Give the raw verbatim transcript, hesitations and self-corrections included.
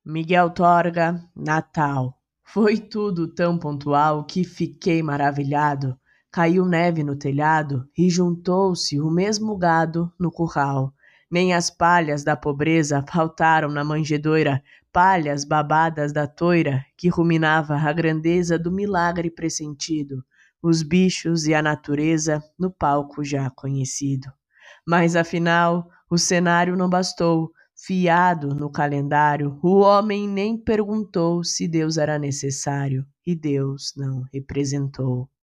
Miguel Torga, Natal. Foi tudo tão pontual que fiquei maravilhado. Caiu neve no telhado e juntou-se o mesmo gado no curral. Nem as palhas da pobreza faltaram na manjedoura, palhas babadas da toira que ruminava a grandeza do milagre pressentido, os bichos e a natureza no palco já conhecido. Mas afinal, o cenário não bastou. Fiado no calendário, o homem nem perguntou se Deus era necessário, e Deus não representou.